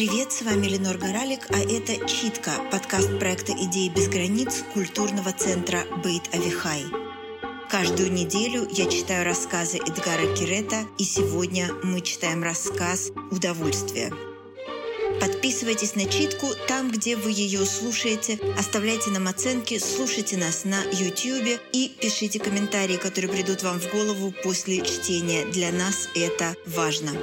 Привет, с вами Ленор Горалик, а это «Читка» — подкаст проекта «Идеи без границ» культурного центра Бейт Авихай. Каждую неделю я читаю рассказы Эдгара Керета, и сегодня мы читаем рассказ «Удовольствие». Подписывайтесь на «Читку» там, где вы ее слушаете, оставляйте нам оценки, слушайте нас на YouTube и пишите комментарии, которые придут вам в голову после чтения. Для нас это важно.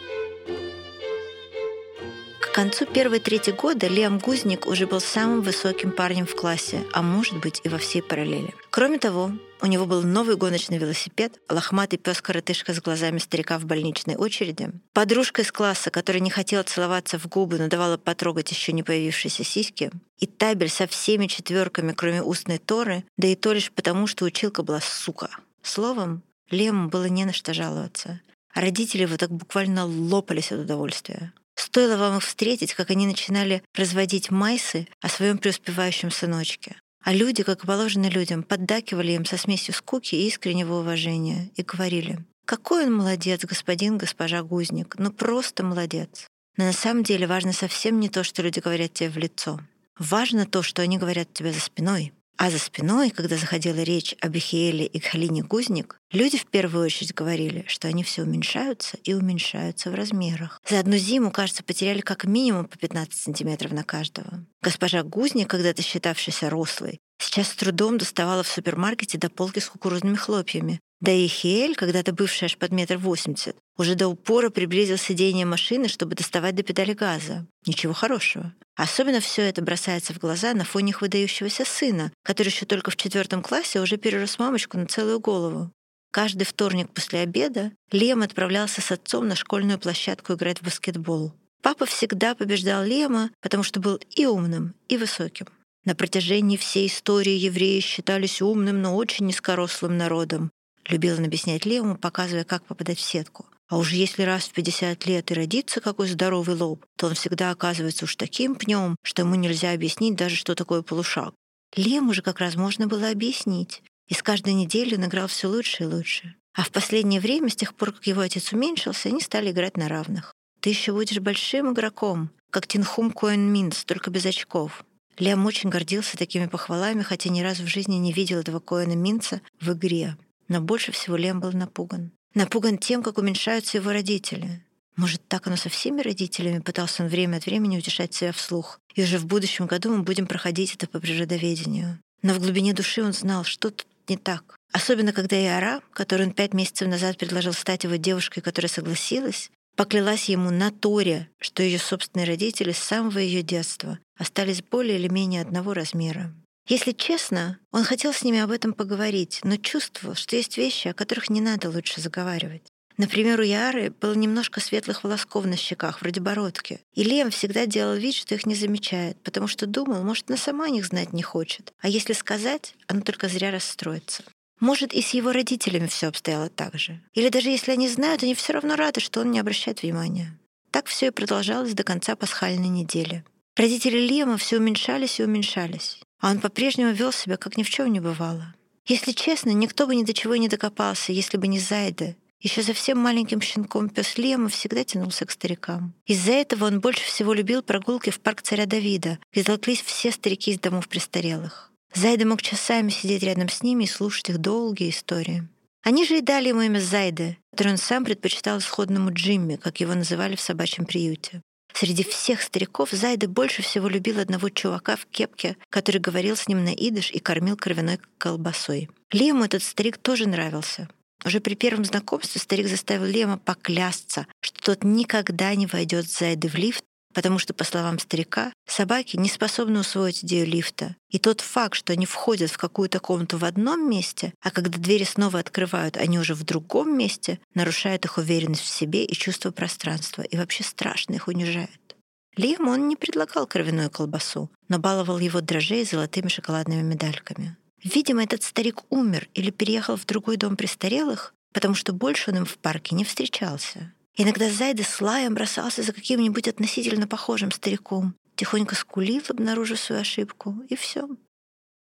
К концу первой трети года Лиам Гузник уже был самым высоким парнем в классе, а может быть и во всей параллели. Кроме того, у него был новый гоночный велосипед, лохматый пес-коротышка с глазами старика в больничной очереди, подружка из класса, которая не хотела целоваться в губы, но давала потрогать еще не появившиеся сиськи, и табель со всеми четверками, кроме устной Торы, да и то лишь потому, что училка была сука. Словом, Лиаму было не на что жаловаться, а родители его так буквально лопались от удовольствия. Стоило вам их встретить, как они начинали разводить майсы о своем преуспевающем сыночке. А люди, как и положено людям, поддакивали им со смесью скуки и искреннего уважения и говорили: «Какой он молодец, госпожа Гузник, ну просто молодец». Но на самом деле важно совсем не то, что люди говорят тебе в лицо. Важно то, что они говорят тебе за спиной. А за спиной, когда заходила речь об Ихиэле и Кхалине Гузник, люди в первую очередь говорили, что они все уменьшаются и уменьшаются в размерах. За одну зиму, кажется, потеряли как минимум по 15 сантиметров на каждого. Госпожа Гузник, когда-то считавшаяся рослой, сейчас с трудом доставала в супермаркете до полки с кукурузными хлопьями. Да и Ихиэль, когда-то бывший аж под 1,80 м, уже до упора приблизил сиденье машины, чтобы доставать до педали газа. Ничего хорошего. Особенно все это бросается в глаза на фоне их выдающегося сына, который еще только в 4 классе уже перерос мамочку на целую голову. Каждый вторник после обеда Лиам отправлялся с отцом на школьную площадку играть в баскетбол. Папа всегда побеждал Лиама, потому что был и умным, и высоким. На протяжении всей истории евреи считались умным, но очень низкорослым народом. Любил он объяснять Лиаму, показывая, как попадать в сетку. А уж если раз в 50 лет и родится какой здоровый лоб, то он всегда оказывается уж таким пнем, что ему нельзя объяснить даже, что такое полушаг. Лиаму же как раз можно было объяснить. И с каждой неделей он играл все лучше и лучше. А в последнее время, с тех пор, как его отец уменьшился, они стали играть на равных. «Ты еще будешь большим игроком, как Тинхум Коэн Минц, только без очков». Лиам очень гордился такими похвалами, хотя ни разу в жизни не видел этого Коэна Минца в игре. Но больше всего Лиам был напуган. Напуган тем, как уменьшаются его родители. Может, так оно со всеми родителями, пытался он время от времени утешать себя вслух. И уже в будущем году мы будем проходить это по природоведению. Но в глубине души он знал, что тут не так. Особенно, когда Иара, которой он 5 месяцев назад предложил стать его девушкой, которая согласилась, поклялась ему на Торе, что ее собственные родители с самого ее детства остались более или менее одного размера. Если честно, он хотел с ними об этом поговорить, но чувствовал, что есть вещи, о которых не надо лучше заговаривать. Например, у Яры было немножко светлых волосков на щеках, вроде бородки. И Лиам всегда делал вид, что их не замечает, потому что думал, может, она сама о них знать не хочет. А если сказать, она только зря расстроится. Может, и с его родителями все обстояло так же. Или даже если они знают, они все равно рады, что он не обращает внимания. Так все и продолжалось до конца пасхальной недели. Родители Лиама все уменьшались и уменьшались. А он по-прежнему вел себя, как ни в чем не бывало. Если честно, никто бы ни до чего не докопался, если бы не Зайда. Еще совсем маленьким щенком пес Лиама всегда тянулся к старикам. Из-за этого он больше всего любил прогулки в парк царя Давида, где толклись все старики из домов престарелых. Зайда мог часами сидеть рядом с ними и слушать их долгие истории. Они же и дали ему имя Зайда, которое он сам предпочитал исходному Джимми, как его называли в собачьем приюте. Среди всех стариков Зайда больше всего любил одного чувака в кепке, который говорил с ним на идиш и кормил кровяной колбасой. Лиаму этот старик тоже нравился. Уже при первом знакомстве старик заставил Лиама поклясться, что тот никогда не войдет с Зайдой в лифт, потому что, по словам старика, собаки не способны усвоить идею лифта. И тот факт, что они входят в какую-то комнату в одном месте, а когда двери снова открывают, они уже в другом месте, нарушает их уверенность в себе и чувство пространства, и вообще страшно их унижает. Лиаму он не предлагал кровяную колбасу, но баловал его дрожжей золотыми шоколадными медальками. Видимо, этот старик умер или переехал в другой дом престарелых, потому что больше он им в парке не встречался. Иногда Зайда с лаем бросался за каким-нибудь относительно похожим стариком, тихонько скулил, обнаружив свою ошибку, и все.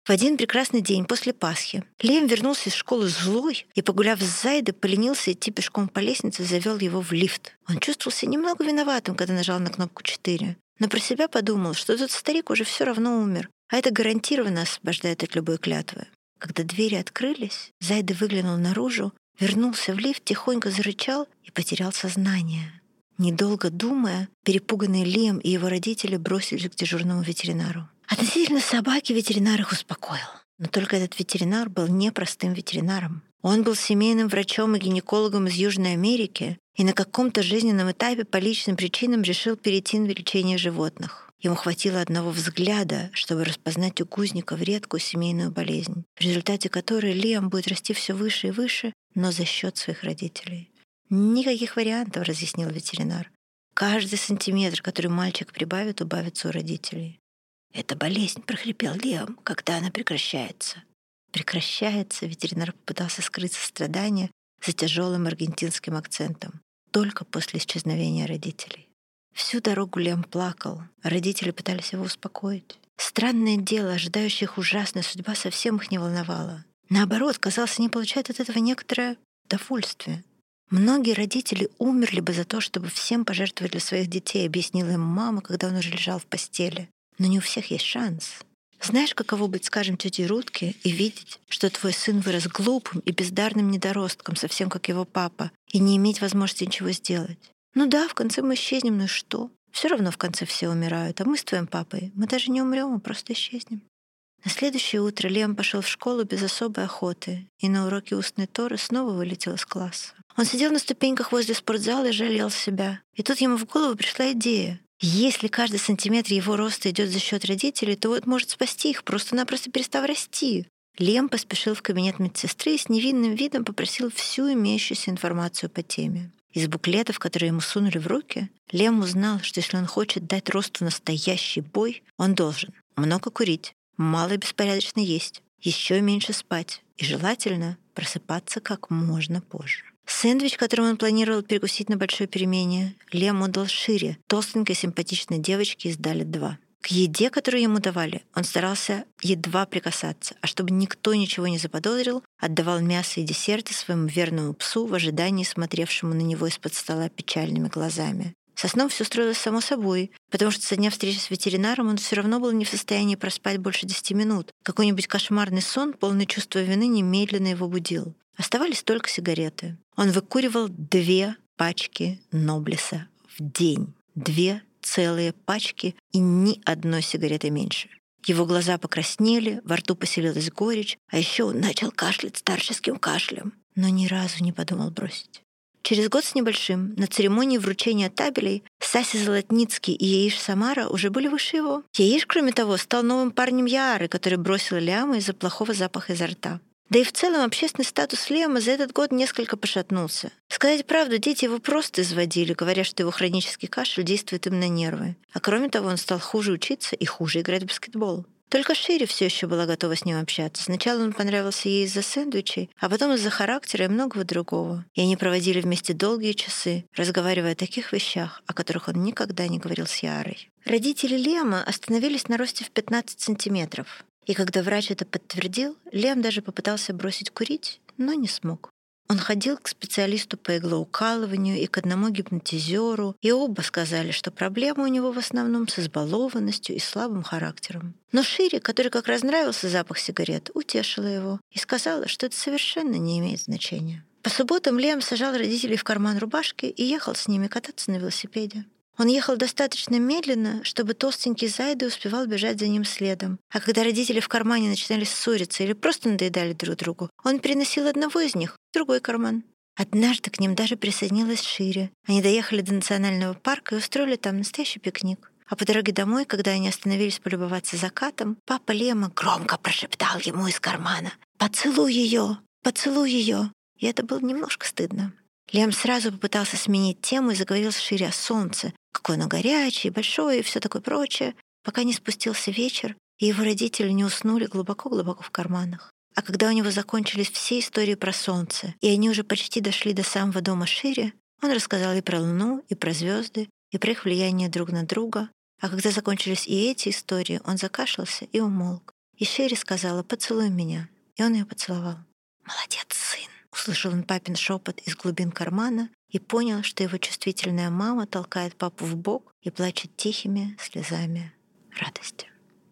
В один прекрасный день после Пасхи Лиам вернулся из школы злой и, погуляв с Зайдой, поленился идти пешком по лестнице и завел его в лифт. Он чувствовал себя немного виноватым, когда нажал на кнопку 4, но про себя подумал, что тот старик уже все равно умер, а это гарантированно освобождает от любой клятвы. Когда двери открылись, Зайда выглянул наружу, вернулся в лифт, тихонько зарычал и потерял сознание. Недолго думая, перепуганный Лиам и его родители бросились к дежурному ветеринару. Относительно собаки ветеринар их успокоил. Но только этот ветеринар был не простым ветеринаром. Он был семейным врачом и гинекологом из Южной Америки и на каком-то жизненном этапе по личным причинам решил перейти на лечение животных. Ему хватило одного взгляда, чтобы распознать у гузников редкую семейную болезнь, в результате которой Лиам будет расти все выше и выше, но за счет своих родителей. «Никаких вариантов», — разъяснил ветеринар. «Каждый сантиметр, который мальчик прибавит, убавится у родителей». «Это болезнь», — прохрипел Лиам, — «когда она прекращается». «Прекращается», — ветеринар попытался скрыть сострадание за тяжелым аргентинским акцентом. «Только после исчезновения родителей». Всю дорогу Лиам плакал, а родители пытались его успокоить. Странное дело, ожидающая их ужасная судьба совсем их не волновала. Наоборот, казалось, они получают от этого некоторое удовольствие. «Многие родители умерли бы за то, чтобы всем пожертвовать для своих детей», — объяснила ему мама, когда он уже лежал в постели. «Но не у всех есть шанс. Знаешь, каково быть, скажем, тетей Рутке и видеть, что твой сын вырос глупым и бездарным недоростком, совсем как его папа, и не иметь возможности ничего сделать? Ну да, в конце мы исчезнем, ну и что? Все равно в конце все умирают, а мы с твоим папой, мы даже не умрем, мы просто исчезнем». На следующее утро Лиам пошел в школу без особой охоты и на уроке устной Торы снова вылетел из класса. Он сидел на ступеньках возле спортзала и жалел себя. И тут ему в голову пришла идея. Если каждый сантиметр его роста идет за счет родителей, то вот может спасти их, просто-напросто перестав расти. Лиам поспешил в кабинет медсестры и с невинным видом попросил всю имеющуюся информацию по теме. Из буклетов, которые ему сунули в руки, Лиам узнал, что если он хочет дать росту настоящий бой, он должен много курить, мало и беспорядочно есть, еще меньше спать и желательно просыпаться как можно позже. Сэндвич, которым он планировал перекусить на большой перемене, Лиам отдал Шире, толстенькой симпатичной девочке из Далит-2. К еде, которую ему давали, он старался едва прикасаться, а чтобы никто ничего не заподозрил, отдавал мясо и десерты своему верному псу в ожидании смотревшему на него из-под стола печальными глазами. Со сном все строилось само собой, потому что со дня встречи с ветеринаром он все равно был не в состоянии проспать больше 10 минут. Какой-нибудь кошмарный сон, полный чувства вины, немедленно его будил. Оставались только сигареты. Он выкуривал 2 пачки Ноблеса в день. 2 целые пачки и ни одной сигареты меньше. Его глаза покраснели, во рту поселилась горечь, а еще он начал кашлять старческим кашлем, но ни разу не подумал бросить. Через год с небольшим на церемонии вручения табелей Саси Золотницкий и Яиш Самара уже были выше его. Яиш, кроме того, стал новым парнем Яары, который бросил Лиама из-за плохого запаха изо рта. Да и в целом общественный статус Лиама за этот год несколько пошатнулся. Сказать правду, дети его просто изводили, говоря, что его хронический кашель действует им на нервы. А кроме того, он стал хуже учиться и хуже играть в баскетбол. Только Шире все еще была готова с ним общаться. Сначала он понравился ей из-за сэндвичей, а потом из-за характера и многого другого. И они проводили вместе долгие часы, разговаривая о таких вещах, о которых он никогда не говорил с Ярой. Родители Лиама остановились на росте в 15 сантиметров. И когда врач это подтвердил, Лиам даже попытался бросить курить, но не смог. Он ходил к специалисту по иглоукалыванию и к одному гипнотизеру, и оба сказали, что проблема у него в основном с избалованностью и слабым характером. Но Шире, который как раз нравился запах сигарет, утешила его и сказала, что это совершенно не имеет значения. По субботам Лиам сажал родителей в карман рубашки и ехал с ними кататься на велосипеде. Он ехал достаточно медленно, чтобы толстенький Зайда успевал бежать за ним следом. А когда родители в кармане начинали ссориться или просто надоедали друг другу, он переносил одного из них в другой карман. Однажды к ним даже присоединилась Шире. Они доехали до национального парка и устроили там настоящий пикник. А по дороге домой, когда они остановились полюбоваться закатом, папа Лиама громко прошептал ему из кармана: «Поцелуй ее! Поцелуй ее!» И это было немножко стыдно. Лиам сразу попытался сменить тему и заговорил с Шире о солнце, какое оно горячее, большое и все такое прочее, пока не спустился вечер, и его родители не уснули глубоко-глубоко в карманах. А когда у него закончились все истории про солнце, и они уже почти дошли до самого дома Шире, он рассказал и про Луну, и про звезды, и про их влияние друг на друга. А когда закончились и эти истории, он закашлялся и умолк. И Шерри сказала: «Поцелуй меня». И он ее поцеловал. «Молодец, сын!» — услышал он папин шепот из глубин кармана и понял, что его чувствительная мама толкает папу в бок и плачет тихими слезами радости.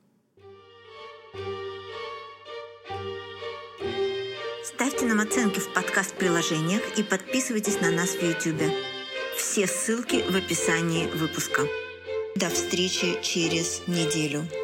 Ставьте нам оценки в подкаст-приложениях и подписывайтесь на нас в YouTube. Все ссылки в описании выпуска. До встречи через неделю.